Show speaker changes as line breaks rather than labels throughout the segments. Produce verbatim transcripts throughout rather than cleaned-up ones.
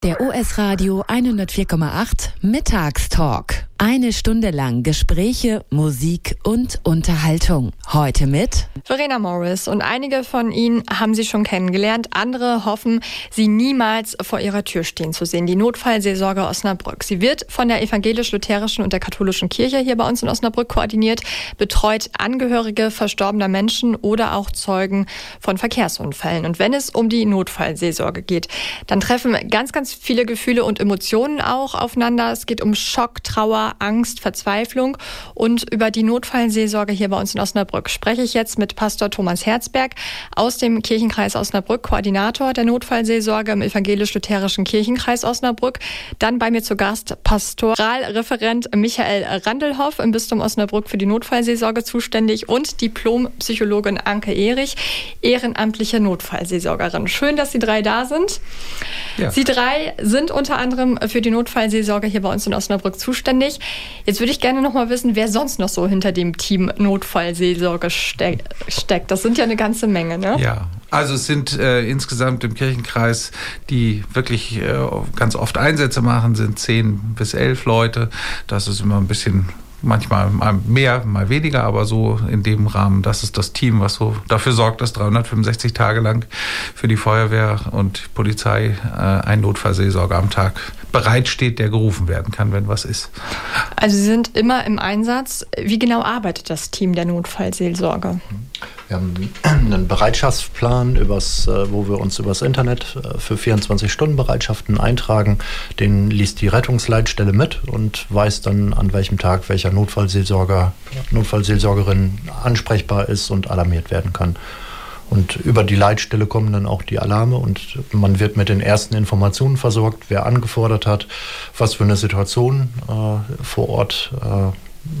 Der O S Radio hundertvier Komma acht Mittagstalk. Eine Stunde lang Gespräche, Musik und Unterhaltung. Heute mit
Verena Morris. Und einige von Ihnen haben Sie schon kennengelernt. Andere hoffen, Sie niemals vor Ihrer Tür stehen zu sehen. Die Notfallseelsorge Osnabrück. Sie wird von der evangelisch-lutherischen und der katholischen Kirche hier bei uns in Osnabrück koordiniert, betreut Angehörige verstorbener Menschen oder auch Zeugen von Verkehrsunfällen. Und wenn es um die Notfallseelsorge geht, dann treffen ganz, ganz viele Gefühle und Emotionen auch aufeinander. Es geht um Schock, Trauer, Angst, Verzweiflung. Und über die Notfallseelsorge hier bei uns in Osnabrück spreche ich jetzt mit Pastor Thomas Herzberg aus dem Kirchenkreis Osnabrück, Koordinator der Notfallseelsorge im evangelisch-lutherischen Kirchenkreis Osnabrück. Dann bei mir zu Gast Pastoralreferent Michael Randelhoff im Bistum Osnabrück für die Notfallseelsorge zuständig und Diplompsychologin Anke Erich, ehrenamtliche Notfallseelsorgerin. Schön, dass Sie drei da sind. Ja. Sie drei sind unter anderem für die Notfallseelsorge hier bei uns in Osnabrück zuständig. Jetzt würde ich gerne noch mal wissen, wer sonst noch so hinter dem Team Notfallseelsorge ste- steckt. Das sind ja eine ganze Menge, ne?
Ja, also es sind äh, insgesamt im Kirchenkreis, die wirklich äh, ganz oft Einsätze machen, sind zehn bis elf Leute. Das ist immer ein bisschen... Manchmal mal mehr, mal weniger, aber so in dem Rahmen, das ist das Team, was so dafür sorgt, dass dreihundertfünfundsechzig Tage lang für die Feuerwehr und Polizei äh, ein Notfallseelsorger am Tag bereitsteht, der gerufen werden kann, wenn was ist.
Also Sie sind immer im Einsatz. Wie genau arbeitet das Team der Notfallseelsorge?
Wir haben einen Bereitschaftsplan, übers, wo wir uns übers Internet für vierundzwanzig Stunden Bereitschaften eintragen. Den liest die Rettungsleitstelle mit und weiß dann, an welchem Tag welcher Notfallseelsorger, Notfallseelsorgerin ansprechbar ist und alarmiert werden kann. Und über die Leitstelle kommen dann auch die Alarme und man wird mit den ersten Informationen versorgt, wer angefordert hat, was für eine Situation äh, vor Ort äh,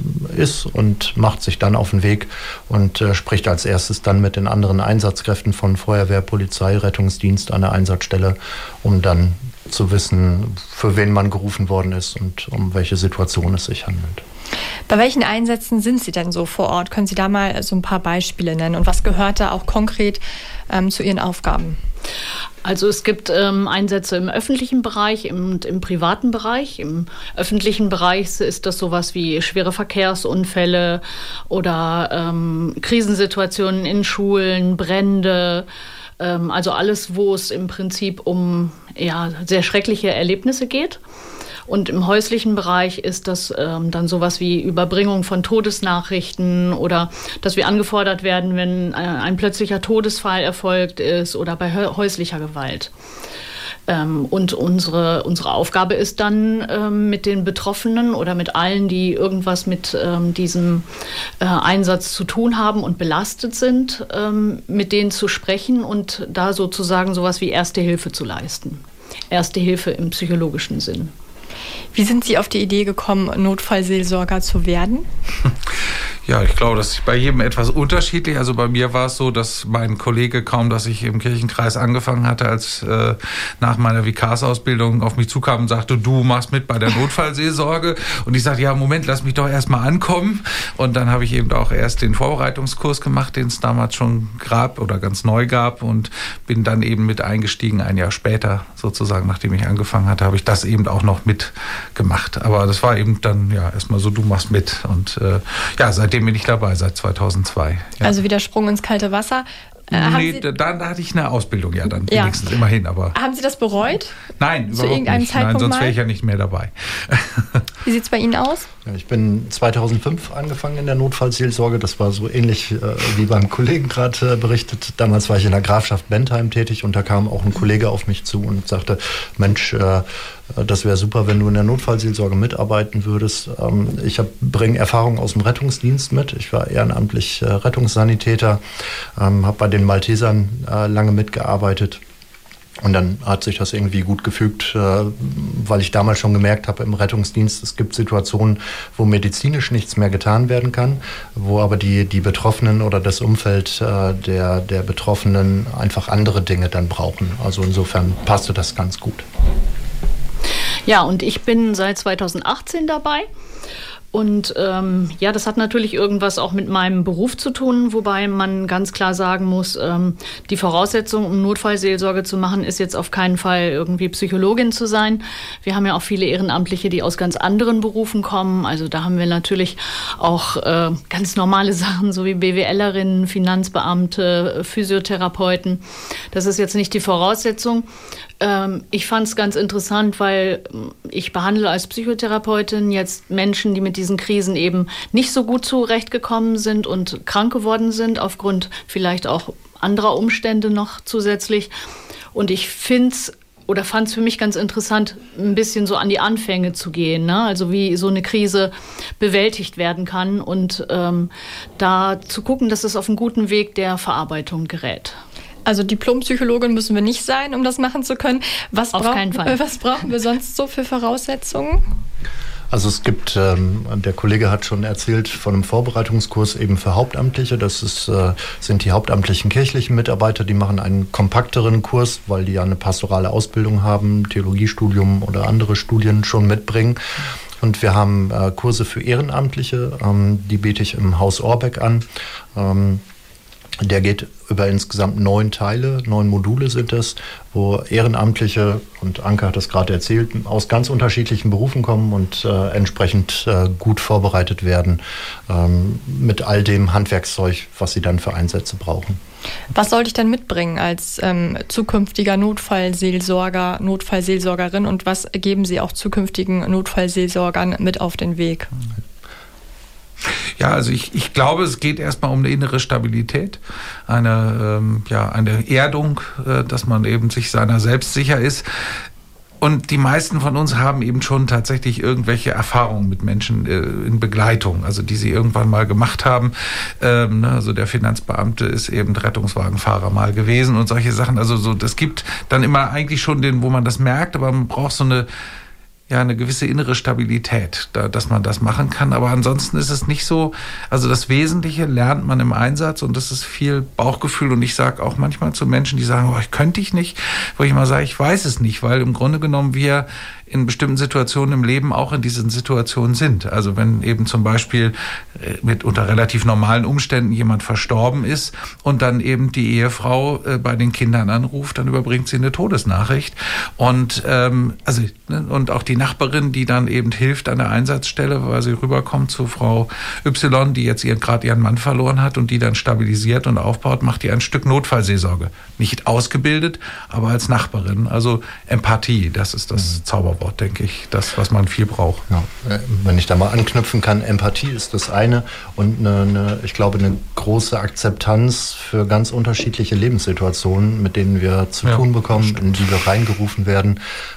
ist und macht sich dann auf den Weg und äh, spricht als erstes dann mit den anderen Einsatzkräften von Feuerwehr, Polizei, Rettungsdienst an der Einsatzstelle, um dann zu wissen, für wen man gerufen worden ist und um welche Situation es sich handelt.
Bei welchen Einsätzen sind Sie denn so vor Ort? Können Sie da mal so ein paar Beispiele nennen? Und was gehört da auch konkret ähm, zu Ihren Aufgaben?
Also es gibt ähm, Einsätze im öffentlichen Bereich und im privaten Bereich. Im öffentlichen Bereich ist das sowas wie schwere Verkehrsunfälle oder ähm, Krisensituationen in Schulen, Brände. Ähm, also alles, wo es im Prinzip um ja, sehr schreckliche Erlebnisse geht. Und im häuslichen Bereich ist das ähm, dann sowas wie Überbringung von Todesnachrichten oder dass wir angefordert werden, wenn äh, ein plötzlicher Todesfall erfolgt ist oder bei häuslicher Gewalt. Ähm, und unsere, unsere Aufgabe ist dann ähm, mit den Betroffenen oder mit allen, die irgendwas mit ähm, diesem äh, Einsatz zu tun haben und belastet sind, ähm, mit denen zu sprechen und da sozusagen sowas wie Erste Hilfe zu leisten. Erste Hilfe im psychologischen Sinn.
Wie sind Sie auf die Idee gekommen, Notfallseelsorger zu werden?
Ja, ich glaube, das ist bei jedem etwas unterschiedlich. Also bei mir war es so, dass mein Kollege, kaum dass ich im Kirchenkreis angefangen hatte, als äh, nach meiner Vikarsausbildung auf mich zukam und sagte, du machst mit bei der Notfallseelsorge. Und ich sagte, ja, Moment, lass mich doch erst mal ankommen. Und dann habe ich eben auch erst den Vorbereitungskurs gemacht, den es damals schon gab oder ganz neu gab und bin dann eben mit eingestiegen. Ein Jahr später sozusagen, nachdem ich angefangen hatte, habe ich das eben auch noch mitgemacht. Aber das war eben dann ja erstmal so, du machst mit. Und äh, ja, seitdem bin ich dabei, seit zweitausendzwei. Ja.
Also wieder Sprung ins kalte Wasser. Äh,
nee, da, da hatte ich eine Ausbildung, ja, dann ja. wenigstens immerhin. Aber
haben Sie das bereut?
Nein,
Zu
überhaupt nicht. Nein, sonst wäre ich ja nicht mehr dabei.
Wie sieht es bei Ihnen aus?
Ja, ich bin zweitausendfünf angefangen in der Notfallseelsorge. Das war so ähnlich äh, wie beim Kollegen gerade äh, berichtet. Damals war ich in der Grafschaft Bentheim tätig und da kam auch ein Kollege auf mich zu und sagte, Mensch, äh, das wäre super, wenn du in der Notfallseelsorge mitarbeiten würdest. Ähm, ich bringe Erfahrung aus dem Rettungsdienst mit. Ich war ehrenamtlich äh, Rettungssanitäter, ähm, habe bei den Maltesern äh, lange mitgearbeitet. Und dann hat sich das irgendwie gut gefügt, weil ich damals schon gemerkt habe im Rettungsdienst, es gibt Situationen, wo medizinisch nichts mehr getan werden kann, wo aber die, die Betroffenen oder das Umfeld der, der Betroffenen einfach andere Dinge dann brauchen. Also insofern passte das ganz gut.
Ja, und ich bin seit zweitausendachtzehn dabei. Und ähm, ja, das hat natürlich irgendwas auch mit meinem Beruf zu tun, wobei man ganz klar sagen muss, ähm, die Voraussetzung, um Notfallseelsorge zu machen, ist jetzt auf keinen Fall irgendwie Psychologin zu sein. Wir haben ja auch viele Ehrenamtliche, die aus ganz anderen Berufen kommen. Also da haben wir natürlich auch äh, ganz normale Sachen, so wie BWLerinnen, Finanzbeamte, Physiotherapeuten. Das ist jetzt nicht die Voraussetzung. Ähm, ich fand es ganz interessant, weil ich behandle als Psychotherapeutin jetzt Menschen, die mit diesen Krisen eben nicht so gut zurechtgekommen sind und krank geworden sind, aufgrund vielleicht auch anderer Umstände noch zusätzlich. Und ich finde es oder fand es für mich ganz interessant, ein bisschen so an die Anfänge zu gehen, ne? Also wie so eine Krise bewältigt werden kann und ähm, da zu gucken, dass es auf einen guten Weg der Verarbeitung gerät.
Also Diplompsychologin müssen wir nicht sein, um das machen zu können. Was
Auf
brauch,
keinen Fall.
Was brauchen wir sonst so für Voraussetzungen?
Also es gibt, ähm, der Kollege hat schon erzählt von einem Vorbereitungskurs eben für Hauptamtliche. Das ist, äh, sind die hauptamtlichen kirchlichen Mitarbeiter, die machen einen kompakteren Kurs, weil die ja eine pastorale Ausbildung haben, Theologiestudium oder andere Studien schon mitbringen. Und wir haben äh, Kurse für Ehrenamtliche, ähm, die biete ich im Haus Orbeck an. Ähm, Der geht über insgesamt neun Teile, neun Module sind es, wo Ehrenamtliche, und Anke hat das gerade erzählt, aus ganz unterschiedlichen Berufen kommen und äh, entsprechend äh, gut vorbereitet werden ähm, mit all dem Handwerkszeug, was sie dann für Einsätze brauchen.
Was sollte ich dann mitbringen als ähm, zukünftiger Notfallseelsorger, Notfallseelsorgerin und was geben Sie auch zukünftigen Notfallseelsorgern mit auf den Weg?
Ja, also ich, ich glaube, es geht erstmal um eine innere Stabilität, eine, ähm, ja, eine Erdung, äh, dass man eben sich seiner selbst sicher ist. Und die meisten von uns haben eben schon tatsächlich irgendwelche Erfahrungen mit Menschen äh, in Begleitung, also die sie irgendwann mal gemacht haben. Ähm, ne, also der Finanzbeamte ist eben Rettungswagenfahrer mal gewesen und solche Sachen. Also so, das gibt dann immer eigentlich schon den, wo man das merkt, aber man braucht so eine ja, eine gewisse innere Stabilität, da, dass man das machen kann. Aber ansonsten ist es nicht so, also das Wesentliche lernt man im Einsatz und das ist viel Bauchgefühl. Und ich sage auch manchmal zu Menschen, die sagen, oh, ich könnte ich nicht, wo ich mal sage, ich weiß es nicht, weil im Grunde genommen wir in bestimmten Situationen im Leben auch in diesen Situationen sind. Also wenn eben zum Beispiel mit unter relativ normalen Umständen jemand verstorben ist und dann eben die Ehefrau äh, bei den Kindern anruft, dann überbringt sie eine Todesnachricht. Und ähm, also ne, und auch die Nachbarin, die dann eben hilft an der Einsatzstelle, weil sie rüberkommt zu Frau Y, die jetzt ihren, gerade ihren Mann verloren hat und die dann stabilisiert und aufbaut, macht ihr ein Stück Notfallseelsorge. Nicht ausgebildet, aber als Nachbarin. Also Empathie, das ist das mhm. Zauberwort, denke ich, das, was man viel braucht.
Ja, wenn ich da mal anknüpfen kann, Empathie ist das eine und eine, eine, ich glaube, eine große Akzeptanz für ganz unterschiedliche Lebenssituationen, mit denen wir zu ja, tun bekommen, in die wir reingerufen werden,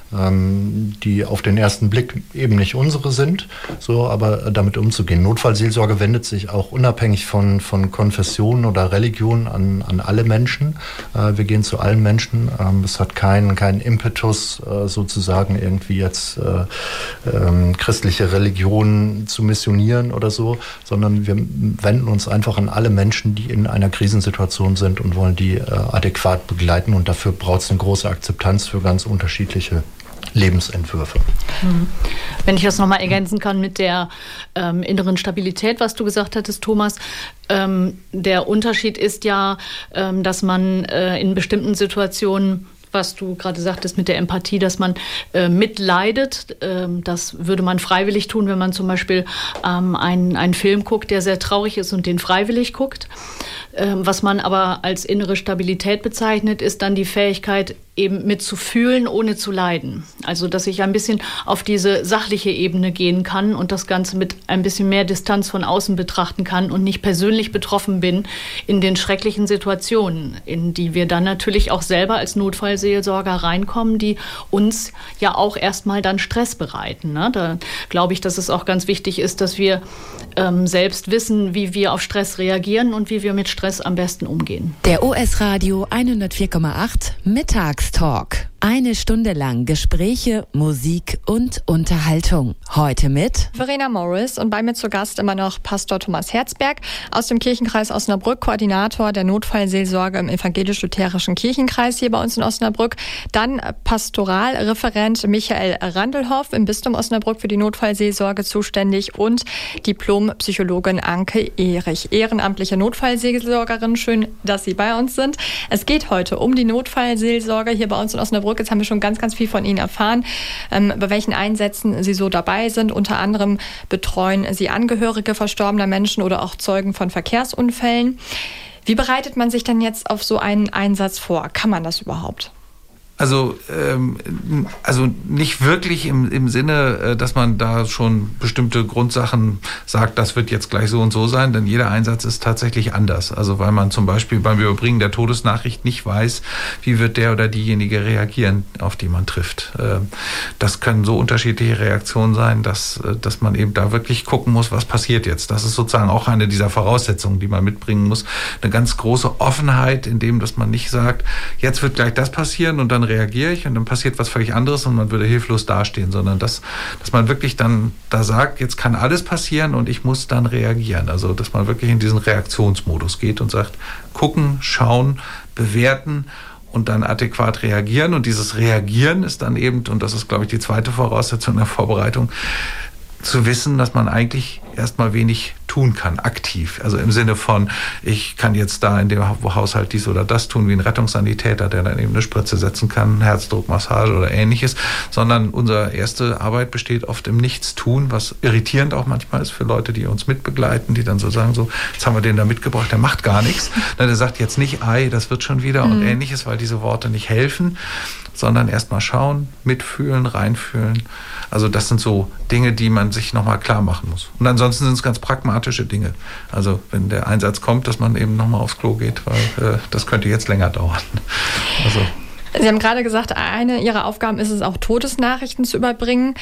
ähm, die auf den ersten Blick eben nicht unsere sind, so, aber damit umzugehen. Notfallseelsorge wendet sich auch unabhängig von, von Konfession oder Religion an, an alle Menschen. Äh, wir gehen zu allen Menschen. Ähm, es hat keinen keinen Impetus, äh, sozusagen irgendwie jetzt äh, ähm, christliche Religion zu missionieren oder so, sondern wir wenden uns einfach an alle Menschen, die in einer Krisensituation sind und wollen die äh, adäquat begleiten. Und dafür braucht es eine große Akzeptanz für ganz unterschiedliche Lebensentwürfe.
Wenn ich das nochmal ergänzen kann mit der ähm, inneren Stabilität, was du gesagt hattest, Thomas, ähm, der Unterschied ist ja, ähm, dass man äh, in bestimmten Situationen, was du gerade sagtest mit der Empathie, dass man äh, mitleidet. Ähm, das würde man freiwillig tun, wenn man zum Beispiel ähm, einen, einen Film guckt, der sehr traurig ist und den freiwillig guckt. Ähm, was man aber als innere Stabilität bezeichnet, ist dann die Fähigkeit, eben mitzufühlen, ohne zu leiden. Also, dass ich ein bisschen auf diese sachliche Ebene gehen kann und das Ganze mit ein bisschen mehr Distanz von außen betrachten kann und nicht persönlich betroffen bin in den schrecklichen Situationen, in die wir dann natürlich auch selber als Notfallseelsorger reinkommen, die uns ja auch erstmal dann Stress bereiten. Ne? Da glaube ich, dass es auch ganz wichtig ist, dass wir ähm, selbst wissen, wie wir auf Stress reagieren und wie wir mit Stress am besten umgehen.
Der O S Radio hundertvier Komma acht Mittagstalk. Eine Stunde lang Gespräche, Musik und Unterhaltung. Heute mit
Verena Morris und bei mir zu Gast immer noch Pastor Thomas Herzberg aus dem Kirchenkreis Osnabrück, Koordinator der Notfallseelsorge im evangelisch-lutherischen Kirchenkreis hier bei uns in Osnabrück. Dann Pastoralreferent Michael Randelhoff im Bistum Osnabrück für die Notfallseelsorge zuständig und Diplompsychologin Anke Erich, ehrenamtliche Notfallseelsorgerin. Schön, dass Sie bei uns sind. Es geht heute um die Notfallseelsorge hier bei uns in Osnabrück. Jetzt haben wir schon ganz, ganz viel von Ihnen erfahren, ähm, bei welchen Einsätzen Sie so dabei sind. Unter anderem betreuen Sie Angehörige verstorbener Menschen oder auch Zeugen von Verkehrsunfällen. Wie bereitet man sich denn jetzt auf so einen Einsatz vor? Kann man das überhaupt?
Also, ähm, also nicht wirklich im, im Sinne, dass man da schon bestimmte Grundsachen sagt, das wird jetzt gleich so und so sein, denn jeder Einsatz ist tatsächlich anders. Also weil man zum Beispiel beim Überbringen der Todesnachricht nicht weiß, wie wird der oder diejenige reagieren, auf die man trifft. Das können so unterschiedliche Reaktionen sein, dass, dass man eben da wirklich gucken muss, was passiert jetzt. Das ist sozusagen auch eine dieser Voraussetzungen, die man mitbringen muss. Eine ganz große Offenheit, in dem, dass man nicht sagt, jetzt wird gleich das passieren und dann reagiere ich und dann passiert was völlig anderes und man würde hilflos dastehen, sondern dass, dass man wirklich dann da sagt, jetzt kann alles passieren und ich muss dann reagieren. Also dass man wirklich in diesen Reaktionsmodus geht und sagt, gucken, schauen, bewerten und dann adäquat reagieren. Und dieses Reagieren ist dann eben, und das ist, glaube ich, die zweite Voraussetzung der Vorbereitung, zu wissen, dass man eigentlich erstmal wenig tun kann, aktiv. Also im Sinne von, ich kann jetzt da in dem Haushalt dies oder das tun, wie ein Rettungssanitäter, der dann eben eine Spritze setzen kann, Herzdruckmassage oder ähnliches, sondern unsere erste Arbeit besteht oft im Nichtstun, was irritierend auch manchmal ist für Leute, die uns mitbegleiten, die dann so sagen, so, jetzt haben wir den da mitgebracht, der macht gar nichts. Der sagt jetzt nicht, ei, das wird schon wieder mhm. und ähnliches, weil diese Worte nicht helfen, sondern erstmal schauen, mitfühlen, reinfühlen. Also das sind so Dinge, die man sich nochmal klar machen muss. Und ansonsten sind es ganz pragmatische Dinge. Also wenn der Einsatz kommt, dass man eben nochmal aufs Klo geht, weil äh, das könnte jetzt länger dauern. Also.
Sie haben gerade gesagt, eine Ihrer Aufgaben ist es auch, Todesnachrichten zu überbringen.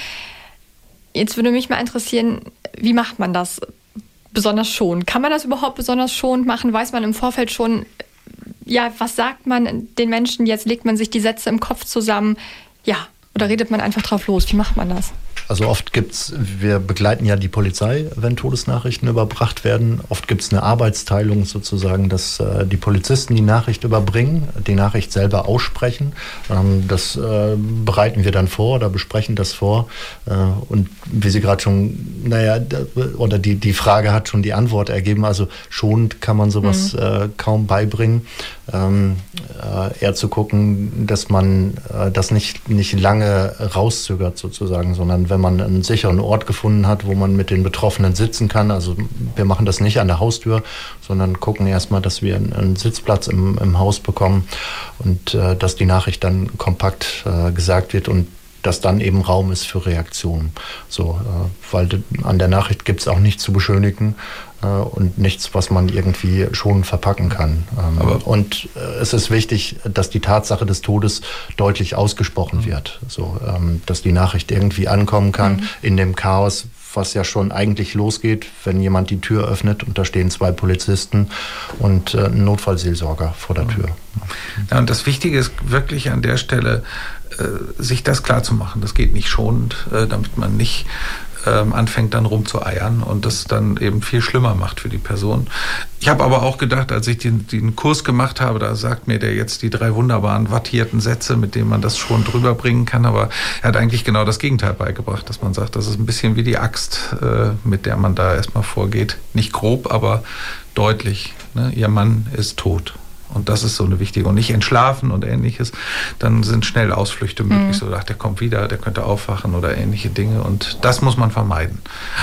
Jetzt würde mich mal interessieren, wie macht man das besonders schonend? Kann man das überhaupt besonders schonend machen? Weiß man im Vorfeld schon, ja, was sagt man den Menschen jetzt? Legt man sich die Sätze im Kopf zusammen? Ja, oder redet man einfach drauf los? Wie macht man das?
Also oft gibt's, wir begleiten ja die Polizei, wenn Todesnachrichten überbracht werden. Oft gibt es eine Arbeitsteilung sozusagen, dass äh, die Polizisten die Nachricht überbringen, die Nachricht selber aussprechen. Ähm, das äh, bereiten wir dann vor oder besprechen das vor. Äh, und wie Sie gerade schon, naja, oder die, die Frage hat schon die Antwort ergeben. Also schonend kann man sowas mhm. äh, kaum beibringen. Ähm, äh, eher zu gucken, dass man äh, das nicht, nicht lange rauszögert sozusagen, sondern wenn man einen sicheren Ort gefunden hat, wo man mit den Betroffenen sitzen kann. Also wir machen das nicht an der Haustür, sondern gucken erstmal, dass wir einen Sitzplatz im, im Haus bekommen und äh, dass die Nachricht dann kompakt äh, gesagt wird und dass dann eben Raum ist für Reaktionen. So, äh, weil de, an der Nachricht gibt es auch nichts zu beschönigen äh, und nichts, was man irgendwie schon verpacken kann. Ähm, Aber und äh, es ist wichtig, dass die Tatsache des Todes deutlich ausgesprochen mhm. wird. So, ähm, dass die Nachricht irgendwie ankommen kann mhm. in dem Chaos, was ja schon eigentlich losgeht, wenn jemand die Tür öffnet und da stehen zwei Polizisten und äh, ein Notfallseelsorger vor der Tür.
Ja, und das Wichtige ist wirklich an der Stelle, äh, sich das klar zu machen. Das geht nicht schonend, äh, damit man nicht ähm, anfängt dann rumzueiern und das dann eben viel schlimmer macht für die Person. Ich habe aber auch gedacht, als ich den, den Kurs gemacht habe, da sagt mir der jetzt die drei wunderbaren wattierten Sätze, mit denen man das schon drüber bringen kann, aber er hat eigentlich genau das Gegenteil beigebracht, dass man sagt, das ist ein bisschen wie die Axt, äh, mit der man da erstmal vorgeht. Nicht grob, aber deutlich. Ne? Ihr Mann ist tot. Und das ist so eine wichtige. Und nicht entschlafen und ähnliches. Dann sind schnell Ausflüchte möglich. Mhm. So, ach, der kommt wieder, der könnte aufwachen oder ähnliche Dinge. Und das muss man vermeiden.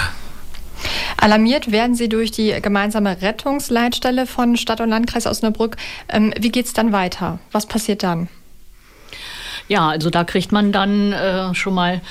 Alarmiert werden Sie durch die gemeinsame Rettungsleitstelle von Stadt und Landkreis Osnabrück. Ähm, wie geht es dann weiter? Was passiert dann?
Ja, also da kriegt man dann äh, schon mal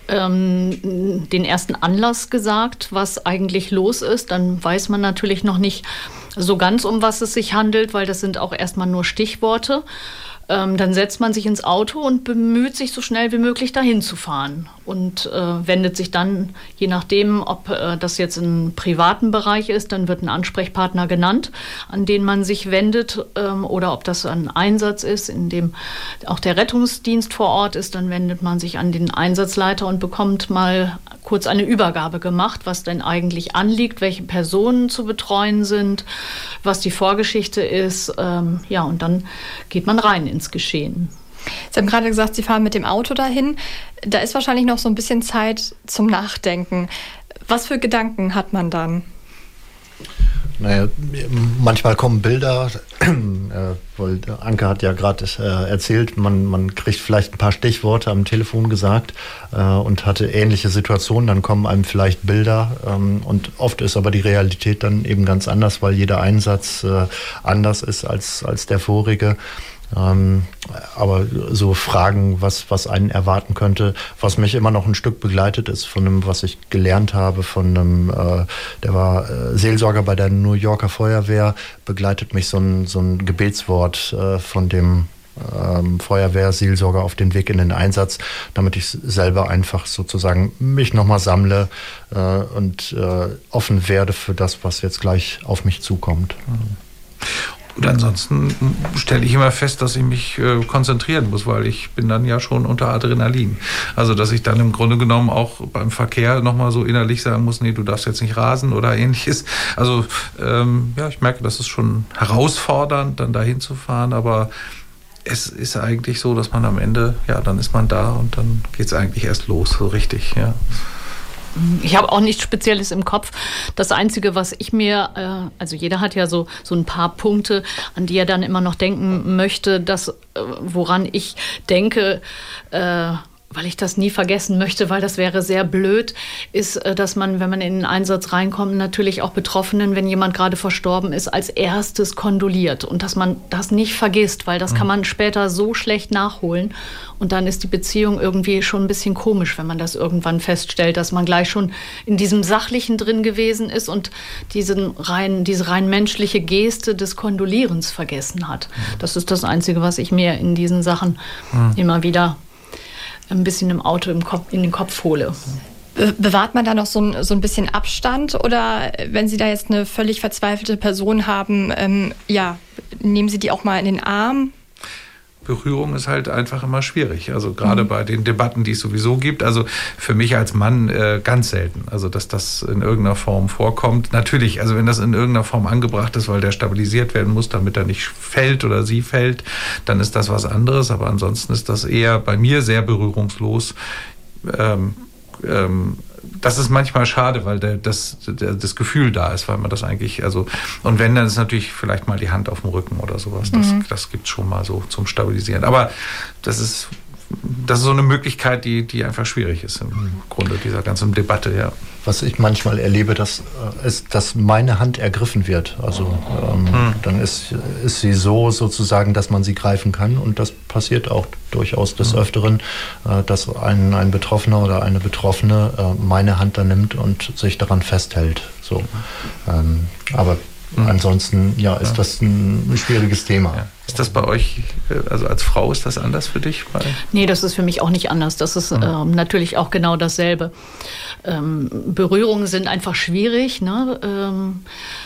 ähm, den ersten Anlass gesagt, was eigentlich los ist. Dann weiß man natürlich noch nicht so ganz, um was es sich handelt, weil das sind auch erstmal nur Stichworte. ähm, dann setzt man sich ins Auto und bemüht sich, so schnell wie möglich dahin zu fahren und äh, wendet sich dann, je nachdem, ob äh, das jetzt im privaten Bereich ist, dann wird ein Ansprechpartner genannt, an den man sich wendet, ähm, oder ob das ein Einsatz ist, in dem auch der Rettungsdienst vor Ort ist, dann wendet man sich an den Einsatzleiter und bekommt mal kurz eine Übergabe gemacht, was denn eigentlich anliegt, welche Personen zu betreuen sind, was die Vorgeschichte ist. Ähm, ja, und dann geht man rein ins Geschehen.
Sie haben gerade gesagt, Sie fahren mit dem Auto dahin. Da ist wahrscheinlich noch so ein bisschen Zeit zum Nachdenken. Was für Gedanken hat man dann?
Naja, manchmal kommen Bilder, äh, weil Anke hat ja gerade äh, erzählt, man, man kriegt vielleicht ein paar Stichworte am Telefon gesagt äh, und hatte ähnliche Situationen, dann kommen einem vielleicht Bilder ähm, und oft ist aber die Realität dann eben ganz anders, weil jeder Einsatz äh, anders ist als, als der vorige. Ähm, aber so Fragen, was, was einen erwarten könnte, was mich immer noch ein Stück begleitet ist von einem, was ich gelernt habe, von einem, äh, der war äh, Seelsorger bei der New Yorker Feuerwehr, begleitet mich so ein, so ein Gebetswort äh, von dem ähm, Feuerwehrseelsorger auf den Weg in den Einsatz, damit ich selber einfach sozusagen mich nochmal sammle äh, und äh, offen werde für das, was jetzt gleich auf mich zukommt.
Mhm. Und ansonsten stelle ich immer fest, dass ich mich äh, konzentrieren muss, weil ich bin dann ja schon unter Adrenalin. Also dass ich dann im Grunde genommen auch beim Verkehr nochmal so innerlich sagen muss, nee, du darfst jetzt nicht rasen oder ähnliches. Also ähm, ja, ich merke, das ist schon herausfordernd, dann dahin zu fahren, aber es ist eigentlich so, dass man am Ende, ja, dann ist man da und dann geht es eigentlich erst los, so richtig, ja.
Ich habe auch nichts Spezielles im Kopf. Das Einzige, was ich mir, äh, also jeder hat ja so, so ein paar Punkte, an die er dann immer noch denken möchte, das, äh, woran ich denke, äh, weil ich das nie vergessen möchte, weil das wäre sehr blöd, ist, dass man, wenn man in den Einsatz reinkommt, natürlich auch Betroffenen, wenn jemand gerade verstorben ist, als erstes kondoliert und dass man das nicht vergisst, weil das kann man später so schlecht nachholen und dann ist die Beziehung irgendwie schon ein bisschen komisch, wenn man das irgendwann feststellt, dass man gleich schon in diesem Sachlichen drin gewesen ist und diesen rein, diese rein menschliche Geste des Kondolierens vergessen hat. Das ist das Einzige, was ich mir in diesen Sachen mhm. immer wieder ein bisschen im Auto im Kopf, in den Kopf hole.
Be- bewahrt man da noch so ein, so ein bisschen Abstand? Oder wenn Sie da jetzt eine völlig verzweifelte Person haben, ähm, ja, nehmen Sie die auch mal in den Arm?
Berührung ist halt einfach immer schwierig. Also gerade mhm. bei den Debatten, die es sowieso gibt. Also für mich als Mann äh, ganz selten. Also dass das in irgendeiner Form vorkommt. Natürlich, also wenn das in irgendeiner Form angebracht ist, weil der stabilisiert werden muss, damit er nicht fällt oder sie fällt, dann ist das was anderes. Aber ansonsten ist das eher bei mir sehr berührungslos. Ähm, ähm, Das ist manchmal schade, weil der, das, der, das Gefühl da ist, weil man das eigentlich, also, und wenn, dann ist natürlich vielleicht mal die Hand auf dem Rücken oder sowas. Das, mhm. das gibt es schon mal so zum Stabilisieren. Aber das ist, das ist so eine Möglichkeit, die, die einfach schwierig ist im mhm. Grunde dieser ganzen Debatte, ja.
Was ich manchmal erlebe, das ist, dass meine Hand ergriffen wird. Also ähm, mhm. dann ist, ist sie so sozusagen, dass man sie greifen kann. Und das passiert auch durchaus des mhm. Öfteren, äh, dass ein, ein Betroffener oder eine Betroffene äh, meine Hand dann nimmt und sich daran festhält. So. Ähm, aber mhm. ansonsten, ja, ist ja. das ein schwieriges Thema.
Ja. Ist das bei euch, also als Frau, ist das anders für dich?
Nee, das ist für mich auch nicht anders. Das ist mhm. ähm, natürlich auch genau dasselbe. Ähm, Berührungen sind einfach schwierig, ne? Ähm,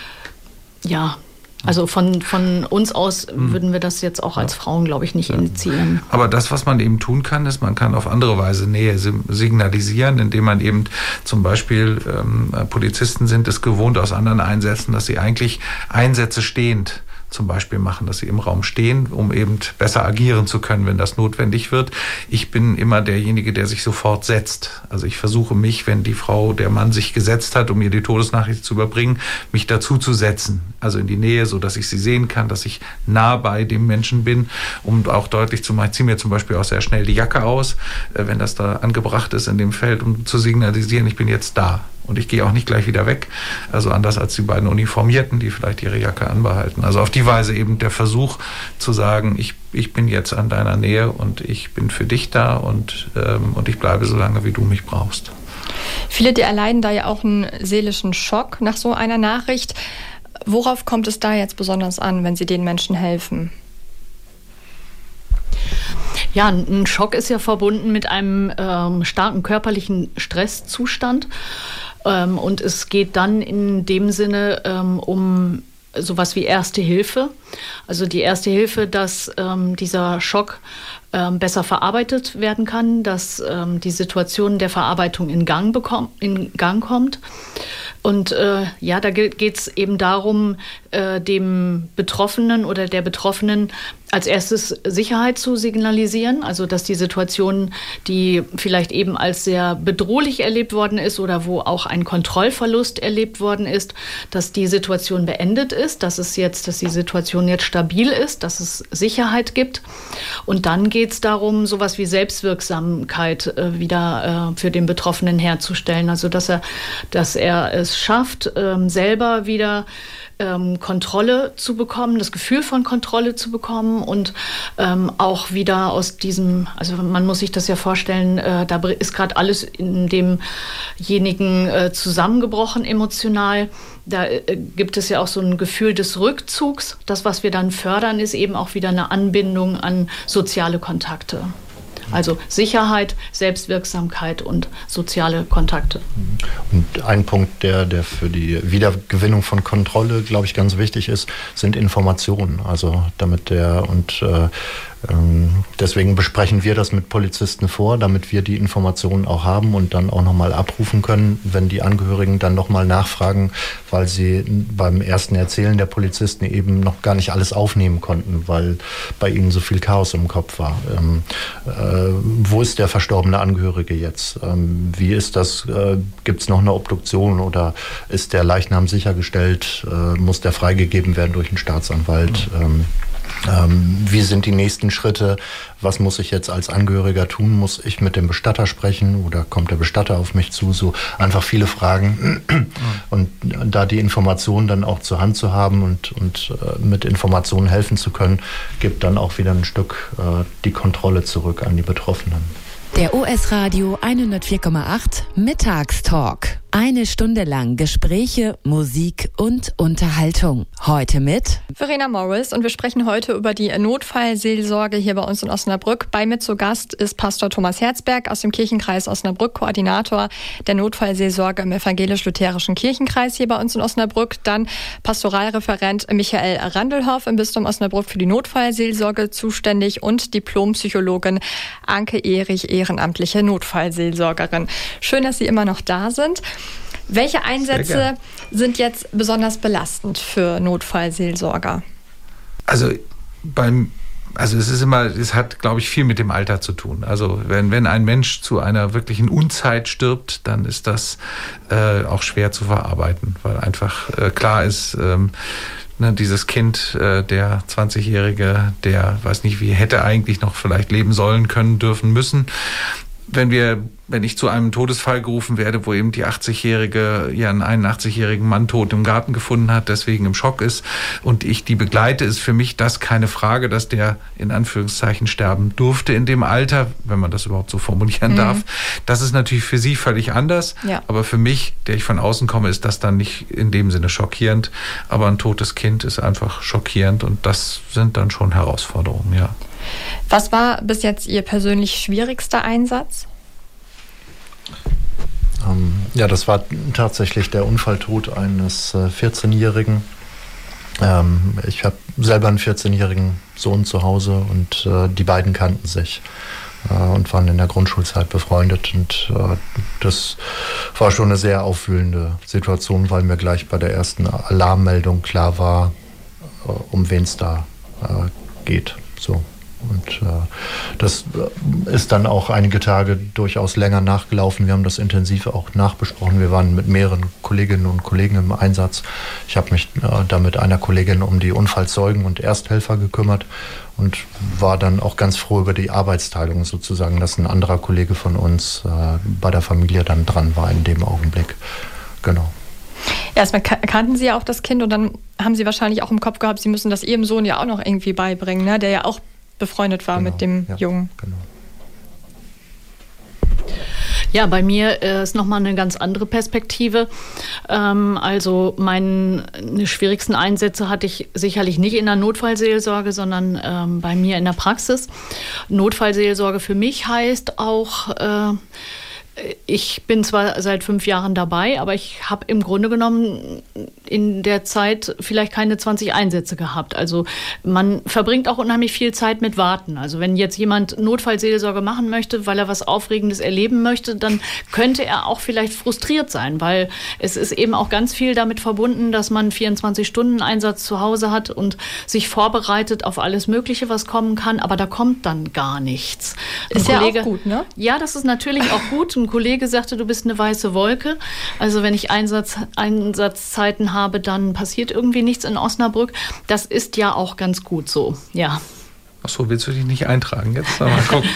ja, also von, von uns aus mhm. würden wir das jetzt auch als Frauen, glaube ich, nicht ja. initiieren.
Aber das, was man eben tun kann, ist, man kann auf andere Weise Nähe signalisieren, indem man eben zum Beispiel, ähm, Polizisten sind es gewohnt aus anderen Einsätzen, dass sie eigentlich Einsätze stehend zum Beispiel machen, dass sie im Raum stehen, um eben besser agieren zu können, wenn das notwendig wird. Ich bin immer derjenige, der sich sofort setzt. Also ich versuche mich, wenn die Frau, der Mann sich gesetzt hat, um ihr die Todesnachricht zu überbringen, mich dazu zu setzen. Also in die Nähe, so dass ich sie sehen kann, dass ich nah bei dem Menschen bin, um auch deutlich zu machen, ich ziehe mir zum Beispiel auch sehr schnell die Jacke aus, wenn das da angebracht ist in dem Feld, um zu signalisieren, ich bin jetzt da. Und ich gehe auch nicht gleich wieder weg. Also anders als die beiden Uniformierten, die vielleicht ihre Jacke anbehalten. Also auf die Weise eben der Versuch zu sagen, ich, ich bin jetzt an deiner Nähe und ich bin für dich da und, ähm, und ich bleibe so lange, wie du mich brauchst.
Viele, die erleiden da ja auch einen seelischen Schock nach so einer Nachricht. Worauf kommt es da jetzt besonders an, wenn Sie den Menschen helfen?
Ja, ein Schock ist ja verbunden mit einem ähm, starken körperlichen Stresszustand. Ähm, und es geht dann in dem Sinne ähm, um sowas wie Erste Hilfe. Also die Erste Hilfe, dass ähm, dieser Schock ähm, besser verarbeitet werden kann, dass ähm, die Situation der Verarbeitung in Gang, bekommt, in Gang kommt. Und äh, ja, da geht es eben darum, äh, dem Betroffenen oder der Betroffenen als erstes Sicherheit zu signalisieren. Also dass die Situation, die vielleicht eben als sehr bedrohlich erlebt worden ist oder wo auch ein Kontrollverlust erlebt worden ist, dass die Situation beendet ist, dass es jetzt, dass die Situation jetzt stabil ist, dass es Sicherheit gibt. Und dann geht es darum, sowas wie Selbstwirksamkeit äh, wieder äh, für den Betroffenen herzustellen. Also dass er, dass er es schafft, ähm, selber wieder ähm, Kontrolle zu bekommen, das Gefühl von Kontrolle zu bekommen und ähm, auch wieder aus diesem, also man muss sich das ja vorstellen, äh, da ist gerade alles in demjenigen äh, zusammengebrochen emotional. Da äh, gibt es ja auch so ein Gefühl des Rückzugs. Das, was wir dann fördern, ist eben auch wieder eine Anbindung an soziale Kontakte. Also Sicherheit, Selbstwirksamkeit und soziale Kontakte.
Und ein Punkt, der, der für die Wiedergewinnung von Kontrolle, glaube ich, ganz wichtig ist, sind Informationen. Also damit der und äh, deswegen besprechen wir das mit Polizisten vor, damit wir die Informationen auch haben und dann auch nochmal abrufen können, wenn die Angehörigen dann nochmal nachfragen, weil sie beim ersten Erzählen der Polizisten eben noch gar nicht alles aufnehmen konnten, weil bei ihnen so viel Chaos im Kopf war. Ähm, äh, wo ist der verstorbene Angehörige jetzt? Ähm, wie ist das? Äh, gibt es noch eine Obduktion oder ist der Leichnam sichergestellt? Äh, muss der freigegeben werden durch einen Staatsanwalt? Ähm, Ähm, wie sind die nächsten Schritte? Was muss ich jetzt als Angehöriger tun? Muss ich mit dem Bestatter sprechen oder kommt der Bestatter auf mich zu? So einfach viele Fragen. Und da die Informationen dann auch zur Hand zu haben und, und äh, mit Informationen helfen zu können, gibt dann auch wieder ein Stück äh, die Kontrolle zurück an die Betroffenen.
Der O S Radio hundertvier Komma acht Mittagstalk. Eine Stunde lang Gespräche, Musik und Unterhaltung. Heute mit
Verena Morris und wir sprechen heute über die Notfallseelsorge hier bei uns in Osnabrück. Bei mir zu Gast ist Pastor Thomas Herzberg aus dem Kirchenkreis Osnabrück, Koordinator der Notfallseelsorge im evangelisch-lutherischen Kirchenkreis hier bei uns in Osnabrück. Dann Pastoralreferent Michael Randelhoff im Bistum Osnabrück für die Notfallseelsorge zuständig und Diplompsychologin Anke Erich, ehrenamtliche Notfallseelsorgerin. Schön, dass Sie immer noch da sind. Welche Einsätze sind jetzt besonders belastend für Notfallseelsorger?
Also beim Also es ist immer, es hat, glaube ich, viel mit dem Alter zu tun. Also wenn, wenn ein Mensch zu einer wirklichen Unzeit stirbt, dann ist das äh, auch schwer zu verarbeiten, weil einfach äh, klar ist, ähm, ne, dieses Kind, äh, der zwanzigjährige, der weiß nicht wie, hätte eigentlich noch vielleicht leben sollen, können, dürfen, müssen. Wenn wir, wenn ich zu einem Todesfall gerufen werde, wo eben die achtzigjährige ihren einundachtzig-jährigen Mann tot im Garten gefunden hat, deswegen im Schock ist und ich die begleite, ist für mich das keine Frage, dass der in Anführungszeichen sterben durfte in dem Alter, wenn man das überhaupt so formulieren mhm. darf. Das ist natürlich für sie völlig anders, ja. aber für mich, der ich von außen komme, ist das dann nicht in dem Sinne schockierend, aber ein totes Kind ist einfach schockierend und das sind dann schon Herausforderungen, ja.
Was war bis jetzt Ihr persönlich schwierigster Einsatz?
Ähm, ja, das war tatsächlich der Unfalltod eines äh, vierzehnjährigen. Ähm, ich habe selber einen vierzehnjährigen Sohn zu Hause und äh, die beiden kannten sich äh, und waren in der Grundschulzeit befreundet. Und äh, das war schon eine sehr aufwühlende Situation, weil mir gleich bei der ersten Alarmmeldung klar war, äh, um wen es da äh, geht. So. Und äh, das ist dann auch einige Tage durchaus länger nachgelaufen. Wir haben das intensiv auch nachbesprochen. Wir waren mit mehreren Kolleginnen und Kollegen im Einsatz. Ich habe mich äh, da mit einer Kollegin um die Unfallzeugen und Ersthelfer gekümmert und war dann auch ganz froh über die Arbeitsteilung sozusagen, dass ein anderer Kollege von uns äh, bei der Familie dann dran war in dem Augenblick. Genau.
Erstmal kannten Sie ja auch das Kind und dann haben Sie wahrscheinlich auch im Kopf gehabt, Sie müssen das Ihrem Sohn ja auch noch irgendwie beibringen, ne? Der ja auch befreundet war
genau,
mit dem
ja,
Jungen.
Genau.
Ja, bei mir äh, ist nochmal eine ganz andere Perspektive. Ähm, also meine schwierigsten Einsätze hatte ich sicherlich nicht in der Notfallseelsorge, sondern ähm, bei mir in der Praxis. Notfallseelsorge für mich heißt auch, äh, ich bin zwar seit fünf Jahren dabei, aber ich habe im Grunde genommen in der Zeit vielleicht keine zwanzig Einsätze gehabt. Also man verbringt auch unheimlich viel Zeit mit Warten. Also wenn jetzt jemand Notfallseelsorge machen möchte, weil er was Aufregendes erleben möchte, dann könnte er auch vielleicht frustriert sein, weil es ist eben auch ganz viel damit verbunden, dass man vierundzwanzig Stunden Einsatz zu Hause hat und sich vorbereitet auf alles Mögliche, was kommen kann, aber da kommt dann gar nichts.
Ist ja auch gut, ne?
Ja, das ist natürlich auch gut. Ein Kollege sagte, du bist eine weiße Wolke. Also wenn ich Einsatz, Einsatzzeiten habe, dann passiert irgendwie nichts in Osnabrück. Das ist ja auch ganz gut so, ja.
Ach so, willst du dich nicht eintragen jetzt? Mal gucken.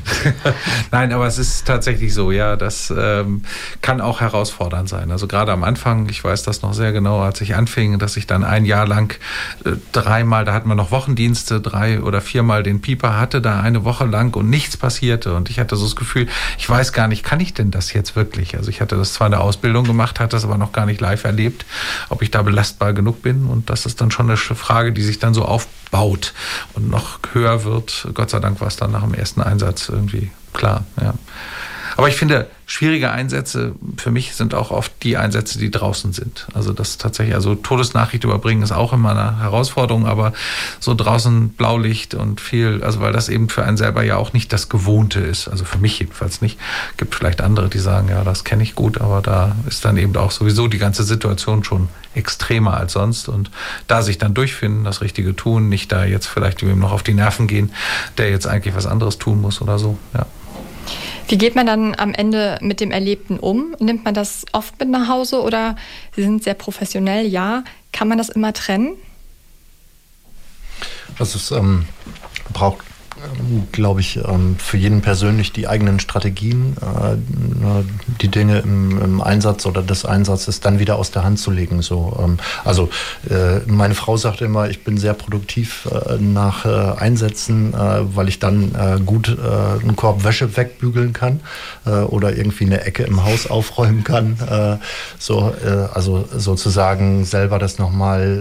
Nein, aber es ist tatsächlich so, ja, das ähm, kann auch herausfordernd sein. Also gerade am Anfang, ich weiß das noch sehr genau, als ich anfing, dass ich dann ein Jahr lang äh, dreimal, da hatten wir noch Wochendienste, drei oder viermal den Pieper hatte, da eine Woche lang und nichts passierte. Und ich hatte so das Gefühl, ich weiß gar nicht, kann ich denn das jetzt wirklich? Also ich hatte das zwar in der Ausbildung gemacht, hatte das aber noch gar nicht live erlebt, ob ich da belastbar genug bin. Und das ist dann schon eine Frage, die sich dann so aufbaut und noch höher wird. Gott sei Dank war es dann nach dem ersten Einsatz irgendwie klar. Ja. Aber ich finde, schwierige Einsätze für mich sind auch oft die Einsätze, die draußen sind. Also das tatsächlich, also Todesnachricht überbringen ist auch immer eine Herausforderung, aber so draußen Blaulicht und viel, also weil das eben für einen selber ja auch nicht das Gewohnte ist. Also für mich jedenfalls nicht. Gibt vielleicht andere, die sagen, ja, das kenne ich gut, aber da ist dann eben auch sowieso die ganze Situation schon extremer als sonst. Und da sich dann durchfinden, das Richtige tun, nicht da jetzt vielleicht ihm noch auf die Nerven gehen, der jetzt eigentlich was anderes tun muss oder so, ja.
Wie geht man dann am Ende mit dem Erlebten um? Nimmt man das oft mit nach Hause oder Sie sind sehr professionell, ja. Kann man das immer trennen?
Also es ähm, braucht, ähm, glaube ich, ähm, für jeden persönlich die eigenen Strategien, äh, die Dinge im, im Einsatz oder des Einsatzes dann wieder aus der Hand zu legen. So, ähm, also äh, meine Frau sagt immer, ich bin sehr produktiv äh, nach äh, Einsätzen, äh, weil ich dann äh, gut äh, einen Korb Wäsche wegbügeln kann äh, oder irgendwie eine Ecke im Haus aufräumen kann. Äh, so, äh, also sozusagen selber das nochmal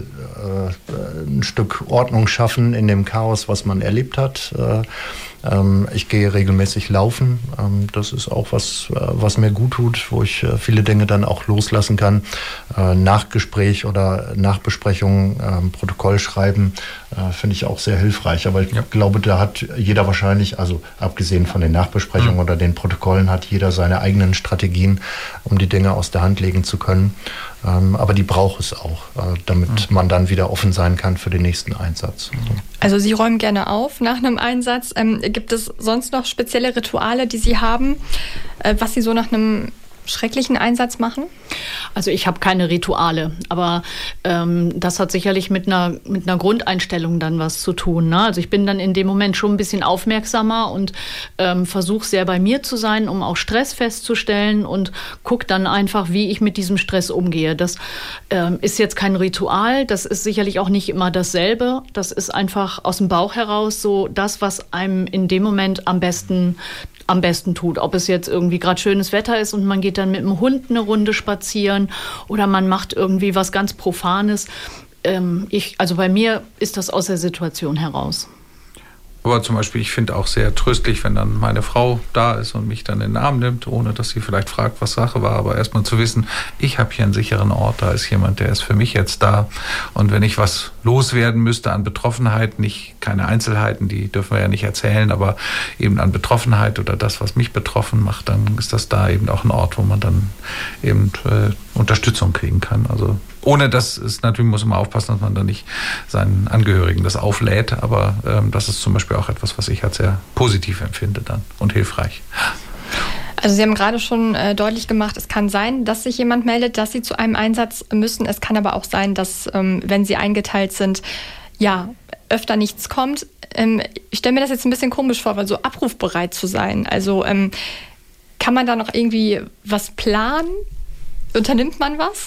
äh, ein Stück Ordnung schaffen in dem Chaos, was man erlebt hat. Äh, ähm, ich gehe regelmäßig laufen. Ähm, das ist auch was, äh, was mir gut tut, wo ich äh, viele Dinge dann auch loslassen kann. Äh, Nachgespräch oder Nachbesprechung, äh, Protokoll schreiben, äh, finde ich auch sehr hilfreich. Aber ich ja. glaube, da hat jeder wahrscheinlich, also abgesehen von den Nachbesprechungen mhm. oder den Protokollen, hat jeder seine eigenen Strategien, um die Dinge aus der Hand legen zu können. Ähm, aber die braucht es auch, äh, damit mhm. man dann wieder offen sein kann für den nächsten Einsatz.
Also Sie räumen gerne auf nach einem Einsatz. Ähm, gibt es sonst noch spezielle Rituale, die Sie haben, äh, was Sie so nach einem schrecklichen Einsatz machen?
Also ich habe keine Rituale, aber ähm, das hat sicherlich mit einer, mit einer Grundeinstellung dann was zu tun. Ne? Also ich bin dann in dem Moment schon ein bisschen aufmerksamer und ähm, versuche sehr bei mir zu sein, um auch Stress festzustellen und gucke dann einfach, wie ich mit diesem Stress umgehe. Das ähm, ist jetzt kein Ritual, das ist sicherlich auch nicht immer dasselbe. Das ist einfach aus dem Bauch heraus so das, was einem in dem Moment am besten am besten tut. Ob es jetzt irgendwie gerade schönes Wetter ist und man geht dann mit dem Hund eine Runde spazieren oder man macht irgendwie was ganz Profanes. Ähm, ich, also bei mir ist das aus der Situation heraus.
Aber zum Beispiel, ich finde auch sehr tröstlich, wenn dann meine Frau da ist und mich dann in den Arm nimmt, ohne dass sie vielleicht fragt, was Sache war. Aber erstmal zu wissen, ich habe hier einen sicheren Ort, da ist jemand, der ist für mich jetzt da. Und wenn ich was loswerden müsste an Betroffenheit, nicht keine Einzelheiten, die dürfen wir ja nicht erzählen, aber eben an Betroffenheit oder das, was mich betroffen macht, dann ist das da eben auch ein Ort, wo man dann eben äh, Unterstützung kriegen kann. Also ohne dass es natürlich, muss man aufpassen, dass man da nicht seinen Angehörigen das auflädt, aber ähm, das ist zum Beispiel auch etwas, was ich als sehr positiv empfinde dann und hilfreich.
Also Sie haben gerade schon äh, deutlich gemacht, es kann sein, dass sich jemand meldet, dass Sie zu einem Einsatz müssen. Es kann aber auch sein, dass, ähm, wenn Sie eingeteilt sind, ja, öfter nichts kommt. Ähm, ich stelle mir das jetzt ein bisschen komisch vor, weil so abrufbereit zu sein. Also ähm, kann man da noch irgendwie was planen? Unternimmt man was?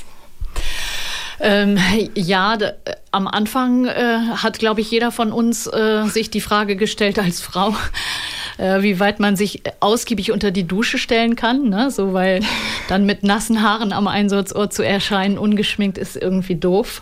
Ähm, ja, d- am Anfang äh, hat, glaube ich, jeder von uns äh, sich die Frage gestellt als Frau, äh, wie weit man sich ausgiebig unter die Dusche stellen kann, ne? So, weil dann mit nassen Haaren am Einsatzort zu erscheinen, ungeschminkt, ist irgendwie doof.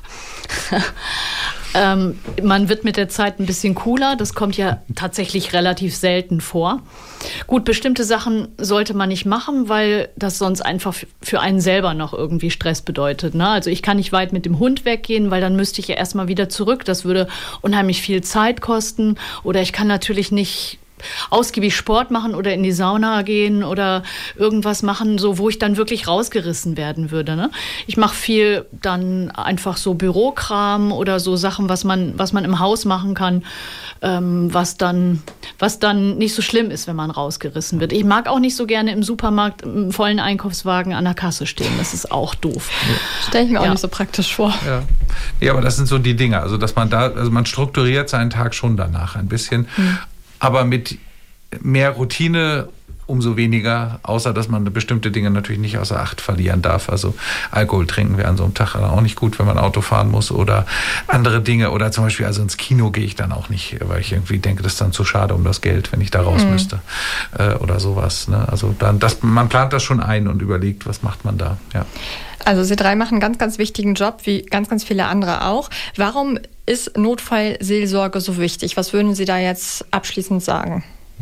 ähm, man wird mit der Zeit ein bisschen cooler, das kommt ja tatsächlich relativ selten vor. Gut, bestimmte Sachen sollte man nicht machen, weil das sonst einfach für einen selber noch irgendwie Stress bedeutet, ne? Also ich kann nicht weit mit dem Hund weggehen, weil dann müsste ich ja erstmal wieder zurück. Das würde unheimlich viel Zeit kosten. Oder ich kann natürlich nicht ausgiebig Sport machen oder in die Sauna gehen oder irgendwas machen, so wo ich dann wirklich rausgerissen werden würde, ne? Ich mache viel dann einfach so Bürokram oder so Sachen, was man, was man im Haus machen kann, ähm, was dann, was dann nicht so schlimm ist, wenn man rausgerissen wird. Ich mag auch nicht so gerne im Supermarkt im vollen Einkaufswagen an der Kasse stehen. Das ist auch doof.
Ja. Stelle ich mir auch
ja.
nicht so praktisch vor.
Ja. Ja, aber das sind so die Dinge, also dass man da, also man strukturiert seinen Tag schon danach ein bisschen. Hm. Aber mit mehr Routine umso weniger, außer dass man bestimmte Dinge natürlich nicht außer Acht verlieren darf. Also Alkohol trinken wäre an so einem Tag auch nicht gut, wenn man Auto fahren muss oder andere Dinge. Oder zum Beispiel, also ins Kino gehe ich dann auch nicht, weil ich irgendwie denke, das ist dann zu schade um das Geld, wenn ich da raus mhm. müsste äh, oder sowas. Ne? Also dann, das, man plant das schon ein und überlegt, was macht man da. Ja.
Also Sie drei machen einen ganz, ganz wichtigen Job, wie ganz, ganz viele andere auch. Warum ist Notfallseelsorge so wichtig? Was würden Sie da jetzt abschließend sagen?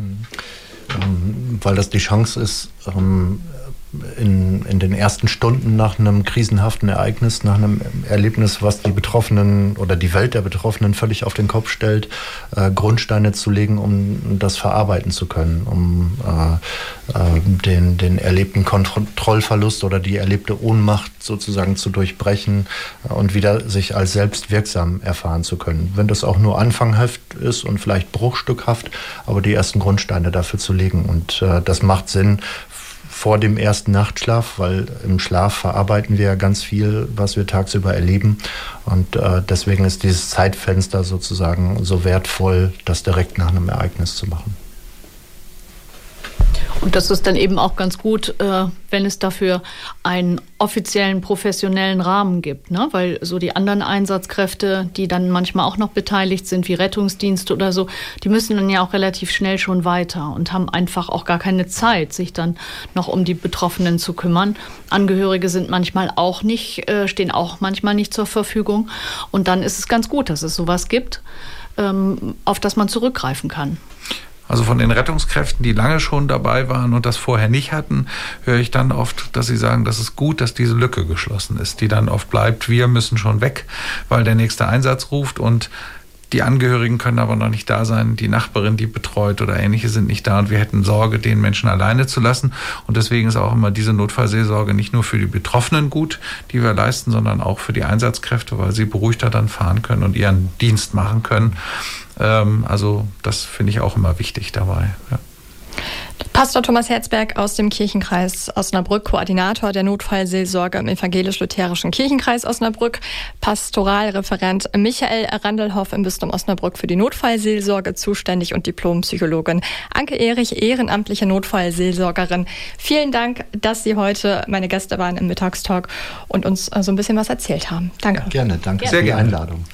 Ähm, weil das die Chance ist, ähm, in, in den ersten Stunden nach einem krisenhaften Ereignis, nach einem Erlebnis, was die Betroffenen oder die Welt der Betroffenen völlig auf den Kopf stellt, äh, Grundsteine zu legen, um das verarbeiten zu können, um äh, äh, den, den erlebten Kontrollverlust oder die erlebte Ohnmacht sozusagen zu durchbrechen und wieder sich als selbstwirksam erfahren zu können. Wenn das auch nur anfanghaft ist und vielleicht bruchstückhaft, aber die ersten Grundsteine dafür zu legen. Und äh, das macht Sinn vor dem ersten Nachtschlaf, weil im Schlaf verarbeiten wir ja ganz viel, was wir tagsüber erleben. Und äh, deswegen ist dieses Zeitfenster sozusagen so wertvoll, das direkt nach einem Ereignis zu machen.
Und das ist dann eben auch ganz gut, äh, wenn es dafür einen offiziellen, professionellen Rahmen gibt, ne? Weil so die anderen Einsatzkräfte, die dann manchmal auch noch beteiligt sind, wie Rettungsdienste oder so, die müssen dann ja auch relativ schnell schon weiter und haben einfach auch gar keine Zeit, sich dann noch um die Betroffenen zu kümmern. Angehörige sind manchmal auch nicht, äh, stehen auch manchmal nicht zur Verfügung. Und dann ist es ganz gut, dass es sowas gibt, ähm, auf das man zurückgreifen kann.
Also von den Rettungskräften, die lange schon dabei waren und das vorher nicht hatten, höre ich dann oft, dass sie sagen, das ist gut, dass diese Lücke geschlossen ist, die dann oft bleibt, wir müssen schon weg, weil der nächste Einsatz ruft und die Angehörigen können aber noch nicht da sein, die Nachbarin, die betreut oder Ähnliche sind nicht da und wir hätten Sorge, den Menschen alleine zu lassen. Und deswegen ist auch immer diese Notfallseelsorge nicht nur für die Betroffenen gut, die wir leisten, sondern auch für die Einsatzkräfte, weil sie beruhigter dann fahren können und ihren Dienst machen können. Ähm, also das finde ich auch immer wichtig dabei. Ja.
Pastor Thomas Herzberg aus dem Kirchenkreis Osnabrück, Koordinator der Notfallseelsorge im evangelisch-lutherischen Kirchenkreis Osnabrück, Pastoralreferent Michael Randelhoff im Bistum Osnabrück für die Notfallseelsorge zuständig und Diplompsychologin Anke Erich, ehrenamtliche Notfallseelsorgerin. Vielen Dank, dass Sie heute meine Gäste waren im Mittagstalk und uns so ein bisschen was erzählt haben. Danke.
Gerne, danke
Sehr
für die
gerne.
Einladung.